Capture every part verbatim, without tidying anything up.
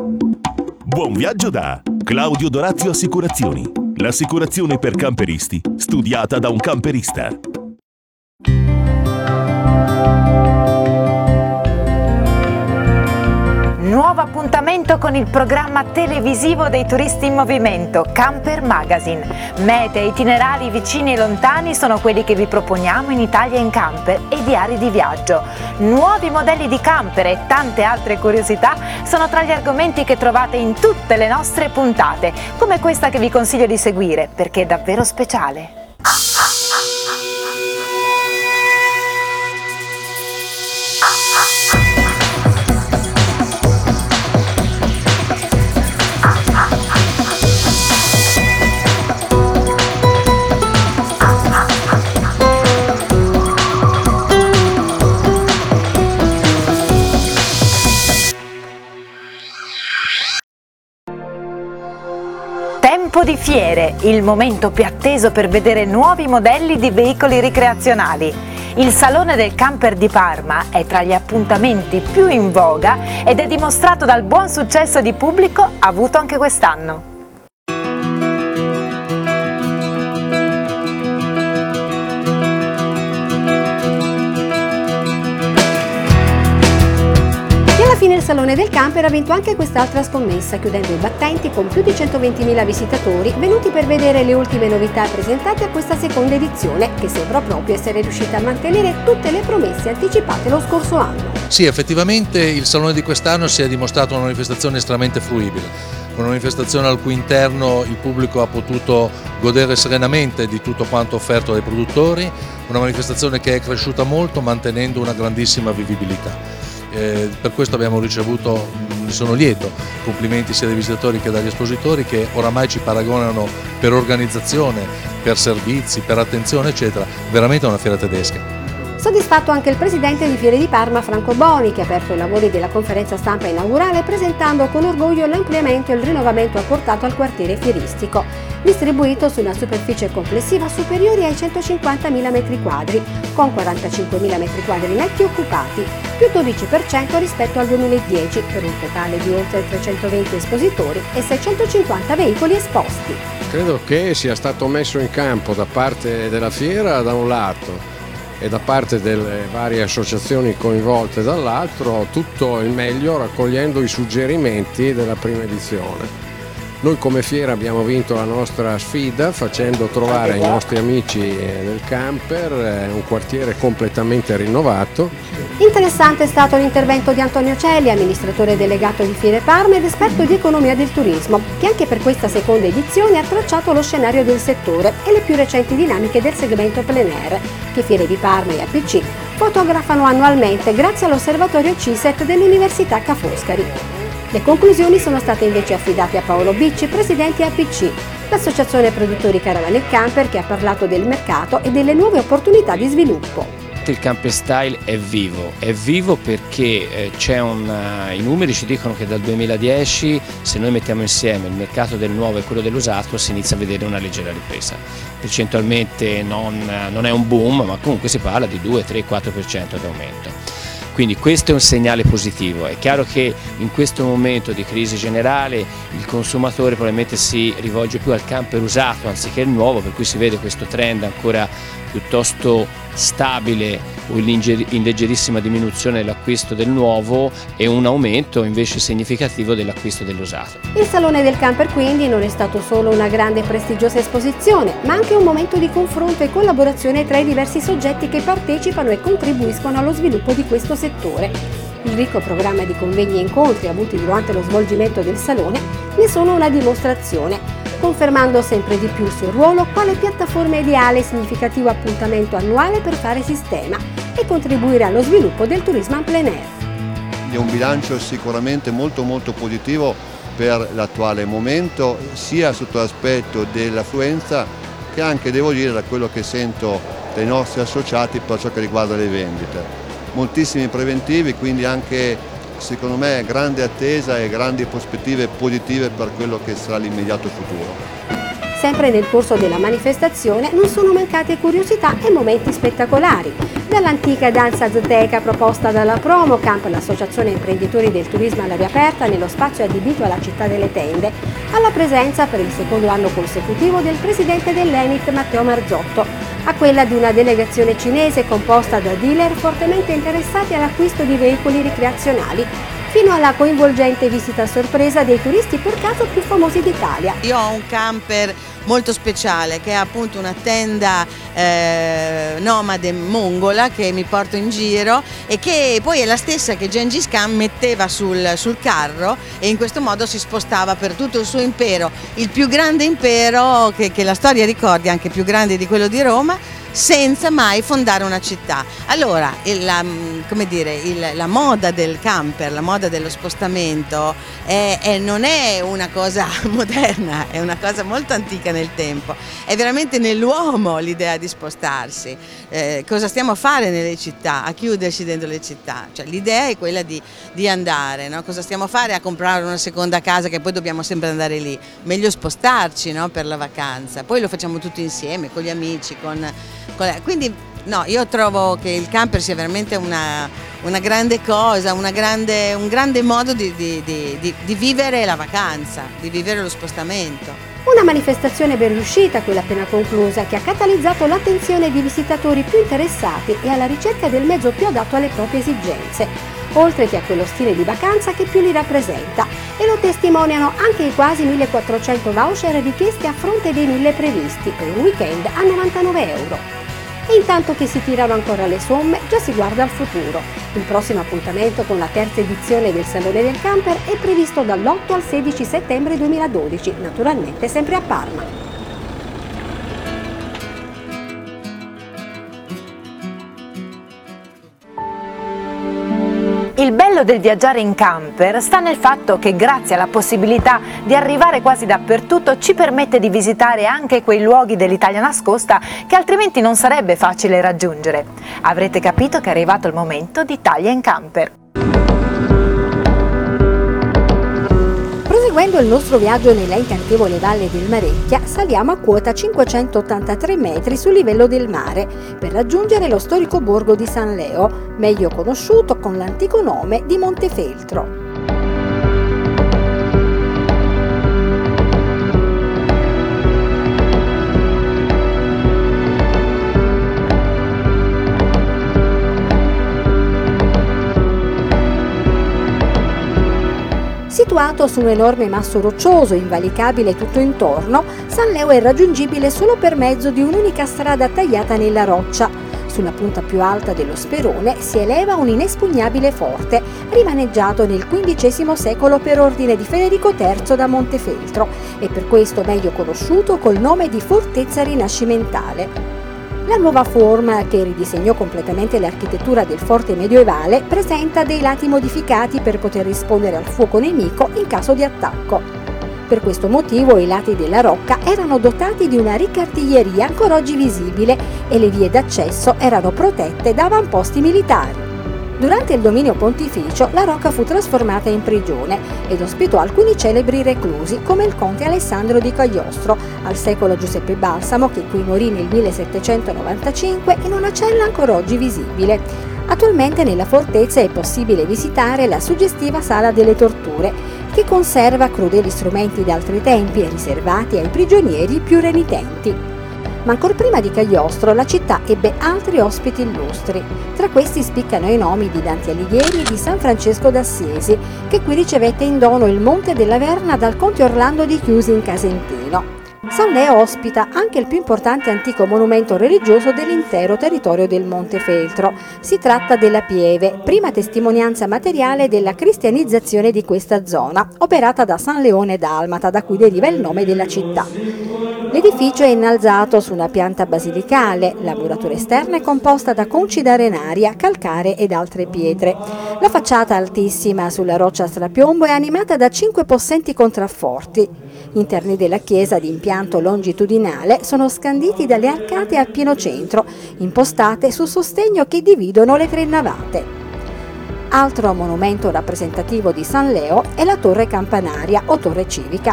Buon viaggio da Claudio Dorazio Assicurazioni, l'assicurazione per camperisti studiata da un camperista. Nuovo appuntamento con il programma televisivo dei turisti in movimento, Camper Magazine. Mete e itinerari vicini e lontani sono quelli che vi proponiamo in Italia in camper e diari di viaggio. Nuovi modelli di camper e tante altre curiosità sono tra gli argomenti che trovate in tutte le nostre puntate, come questa che vi consiglio di seguire perché è davvero speciale. Tempo di fiere, il momento più atteso per vedere nuovi modelli di veicoli ricreazionali. Il Salone del Camper di Parma è tra gli appuntamenti più in voga ed è dimostrato dal buon successo di pubblico avuto anche quest'anno. Alla fine il Salone del Camper ha vinto anche quest'altra scommessa, chiudendo i battenti con più di centoventimila visitatori venuti per vedere le ultime novità presentate a questa seconda edizione, che sembra proprio essere riuscita a mantenere tutte le promesse anticipate lo scorso anno. Sì, effettivamente il Salone di quest'anno si è dimostrato una manifestazione estremamente fruibile, una manifestazione al cui interno il pubblico ha potuto godere serenamente di tutto quanto offerto dai produttori, una manifestazione che è cresciuta molto mantenendo una grandissima vivibilità. Eh, per questo abbiamo ricevuto, ne sono lieto, complimenti sia dai visitatori che dagli espositori, che oramai ci paragonano per organizzazione, per servizi, per attenzione eccetera, veramente a una fiera tedesca. Soddisfatto anche il presidente di Fiere di Parma, Franco Boni, che ha aperto i lavori della conferenza stampa inaugurale presentando con orgoglio l'ampliamento e il rinnovamento apportato al quartiere fieristico, distribuito su una superficie complessiva superiore ai centocinquantamila metri quadri, con quarantacinquemila metri quadri netti occupati, più dodici per cento rispetto al duemiladieci, per un totale di oltre trecentoventi espositori e seicentocinquanta veicoli esposti. Credo che sia stato messo in campo da parte della fiera da un lato e da parte delle varie associazioni coinvolte dall'altro tutto il meglio, raccogliendo i suggerimenti della prima edizione. Noi come fiera abbiamo vinto la nostra sfida facendo trovare ai nostri amici nel camper un quartiere completamente rinnovato. Interessante è stato l'intervento di Antonio Celli, amministratore delegato di Fiere Parma ed esperto di economia del turismo, che anche per questa seconda edizione ha tracciato lo scenario del settore e le più recenti dinamiche del segmento plein air, che Fiere di Parma e A P C fotografano annualmente grazie all'osservatorio C I S E T dell'Università Ca' Foscari. Le conclusioni sono state invece affidate a Paolo Bicci, presidente A P C, l'associazione produttori caravane e camper, che ha parlato del mercato e delle nuove opportunità di sviluppo. Il camper style è vivo, è vivo perché eh, c'è un, uh, i numeri ci dicono che dal duemiladieci, se noi mettiamo insieme il mercato del nuovo e quello dell'usato, si inizia a vedere una leggera ripresa. Percentualmente non, non è un boom, ma comunque si parla di due, tre, quattro per cento di aumento. Quindi questo è un segnale positivo. È chiaro che in questo momento di crisi generale il consumatore probabilmente si rivolge più al camper usato anziché al nuovo, per cui si vede questo trend ancora piuttosto stabile o in leggerissima diminuzione dell'acquisto del nuovo e un aumento invece significativo dell'acquisto dell'usato. Il Salone del Camper quindi non è stato solo una grande e prestigiosa esposizione, ma anche un momento di confronto e collaborazione tra i diversi soggetti che partecipano e contribuiscono allo sviluppo di questo settore. Il ricco programma di convegni e incontri avuti durante lo svolgimento del Salone ne sono una dimostrazione, confermando sempre di più il suo ruolo quale piattaforma ideale e significativo appuntamento annuale per fare sistema e contribuire allo sviluppo del turismo en plein air. È un bilancio sicuramente molto molto positivo per l'attuale momento, sia sotto l'aspetto dell'affluenza che anche, devo dire, da quello che sento dai nostri associati per ciò che riguarda le vendite. Moltissimi preventivi, quindi anche secondo me grande attesa e grandi prospettive positive per quello che sarà l'immediato futuro. Sempre nel corso della manifestazione non sono mancate curiosità e momenti spettacolari. Dall'antica danza azteca proposta dalla Promocamp, l'associazione imprenditori del turismo all'aria aperta nello spazio adibito alla città delle tende, alla presenza per il secondo anno consecutivo del presidente dell'Enit Matteo Marzotto, a quella di una delegazione cinese composta da dealer fortemente interessati all'acquisto di veicoli ricreazionali, fino alla coinvolgente visita a sorpresa dei turisti per caso più famosi d'Italia. Io ho un camper molto speciale che è appunto una tenda eh, nomade mongola che mi porto in giro e che poi è la stessa che Gengis Khan metteva sul, sul carro e in questo modo si spostava per tutto il suo impero, il più grande impero che, che la storia ricordi, anche più grande di quello di Roma, senza mai fondare una città. Allora, il, la, come dire, il, la moda del camper, la moda dello spostamento è, è, non è una cosa moderna, è una cosa molto antica nel tempo. È veramente nell'uomo l'idea di spostarsi. Eh, cosa stiamo a fare nelle città? A chiuderci dentro le città. Cioè, l'idea è quella di, di andare, no? Cosa stiamo a fare? A comprare una seconda casa che poi dobbiamo sempre andare lì. Meglio spostarci, no? Per la vacanza. Poi lo facciamo tutti insieme, con gli amici, con... Quindi no, io trovo che il camper sia veramente una, una grande cosa, una grande, un grande modo di, di, di, di vivere la vacanza, di vivere lo spostamento. Una manifestazione ben riuscita, quella appena conclusa, che ha catalizzato l'attenzione di visitatori più interessati e alla ricerca del mezzo più adatto alle proprie esigenze, oltre che a quello stile di vacanza che più li rappresenta, e lo testimoniano anche i quasi millequattrocento voucher richiesti a fronte dei mille previsti per un weekend a novantanove euro. E intanto che si tirano ancora le somme, già si guarda al futuro. Il prossimo appuntamento con la terza edizione del Salone del Camper è previsto dall'otto al sedici settembre duemiladodici, naturalmente sempre a Parma. Il bello del viaggiare in camper sta nel fatto che grazie alla possibilità di arrivare quasi dappertutto ci permette di visitare anche quei luoghi dell'Italia nascosta che altrimenti non sarebbe facile raggiungere. Avrete capito che è arrivato il momento di Italia in camper. Proseguendo il nostro viaggio nella incantevole valle del Marecchia, saliamo a quota cinquecentottantatré metri sul livello del mare per raggiungere lo storico borgo di San Leo, meglio conosciuto con l'antico nome di Montefeltro. Situato su un enorme masso roccioso, invalicabile tutto intorno, San Leo è raggiungibile solo per mezzo di un'unica strada tagliata nella roccia. Sulla punta più alta dello sperone si eleva un inespugnabile forte, rimaneggiato nel quindicesimo secolo per ordine di Federico terzo da Montefeltro e per questo meglio conosciuto col nome di Fortezza Rinascimentale. La nuova forma, che ridisegnò completamente l'architettura del forte medievale, presenta dei lati modificati per poter rispondere al fuoco nemico in caso di attacco. Per questo motivo i lati della rocca erano dotati di una ricca artiglieria ancora oggi visibile e le vie d'accesso erano protette da avamposti militari. Durante il dominio pontificio la rocca fu trasformata in prigione ed ospitò alcuni celebri reclusi come il conte Alessandro di Cagliostro, al secolo Giuseppe Balsamo che qui morì nel millesettecentonovantacinque in una cella ancora oggi visibile. Attualmente nella fortezza è possibile visitare la suggestiva Sala delle Torture, che conserva crudeli strumenti d'altri tempi e riservati ai prigionieri più renitenti. Ma ancor prima di Cagliostro la città ebbe altri ospiti illustri. Tra questi spiccano i nomi di Dante Alighieri e di San Francesco d'Assisi, che qui ricevette in dono il Monte della Verna dal conte Orlando di Chiusi in Casentino. San Leo ospita anche il più importante antico monumento religioso dell'intero territorio del Montefeltro. Si tratta della Pieve, prima testimonianza materiale della cristianizzazione di questa zona, operata da San Leone Dalmata, da cui deriva il nome della città. L'edificio è innalzato su una pianta basilicale, la muratura esterna è composta da conci d'arenaria, calcare ed altre pietre. La facciata altissima sulla roccia a strapiombo è animata da cinque possenti contrafforti. Gli interni della chiesa di impianto longitudinale sono scanditi dalle arcate al pieno centro, impostate su sostegno che dividono le tre navate. Altro monumento rappresentativo di San Leo è la torre campanaria o torre civica.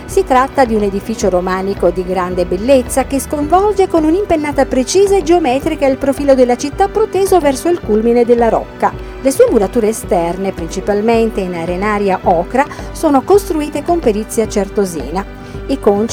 Si tratta di un edificio romanico di grande bellezza che sconvolge con un'impennata precisa e geometrica il profilo della città proteso verso il culmine della rocca. Le sue murature esterne, principalmente in arenaria ocra, sono costruite con perizia certosina. I conci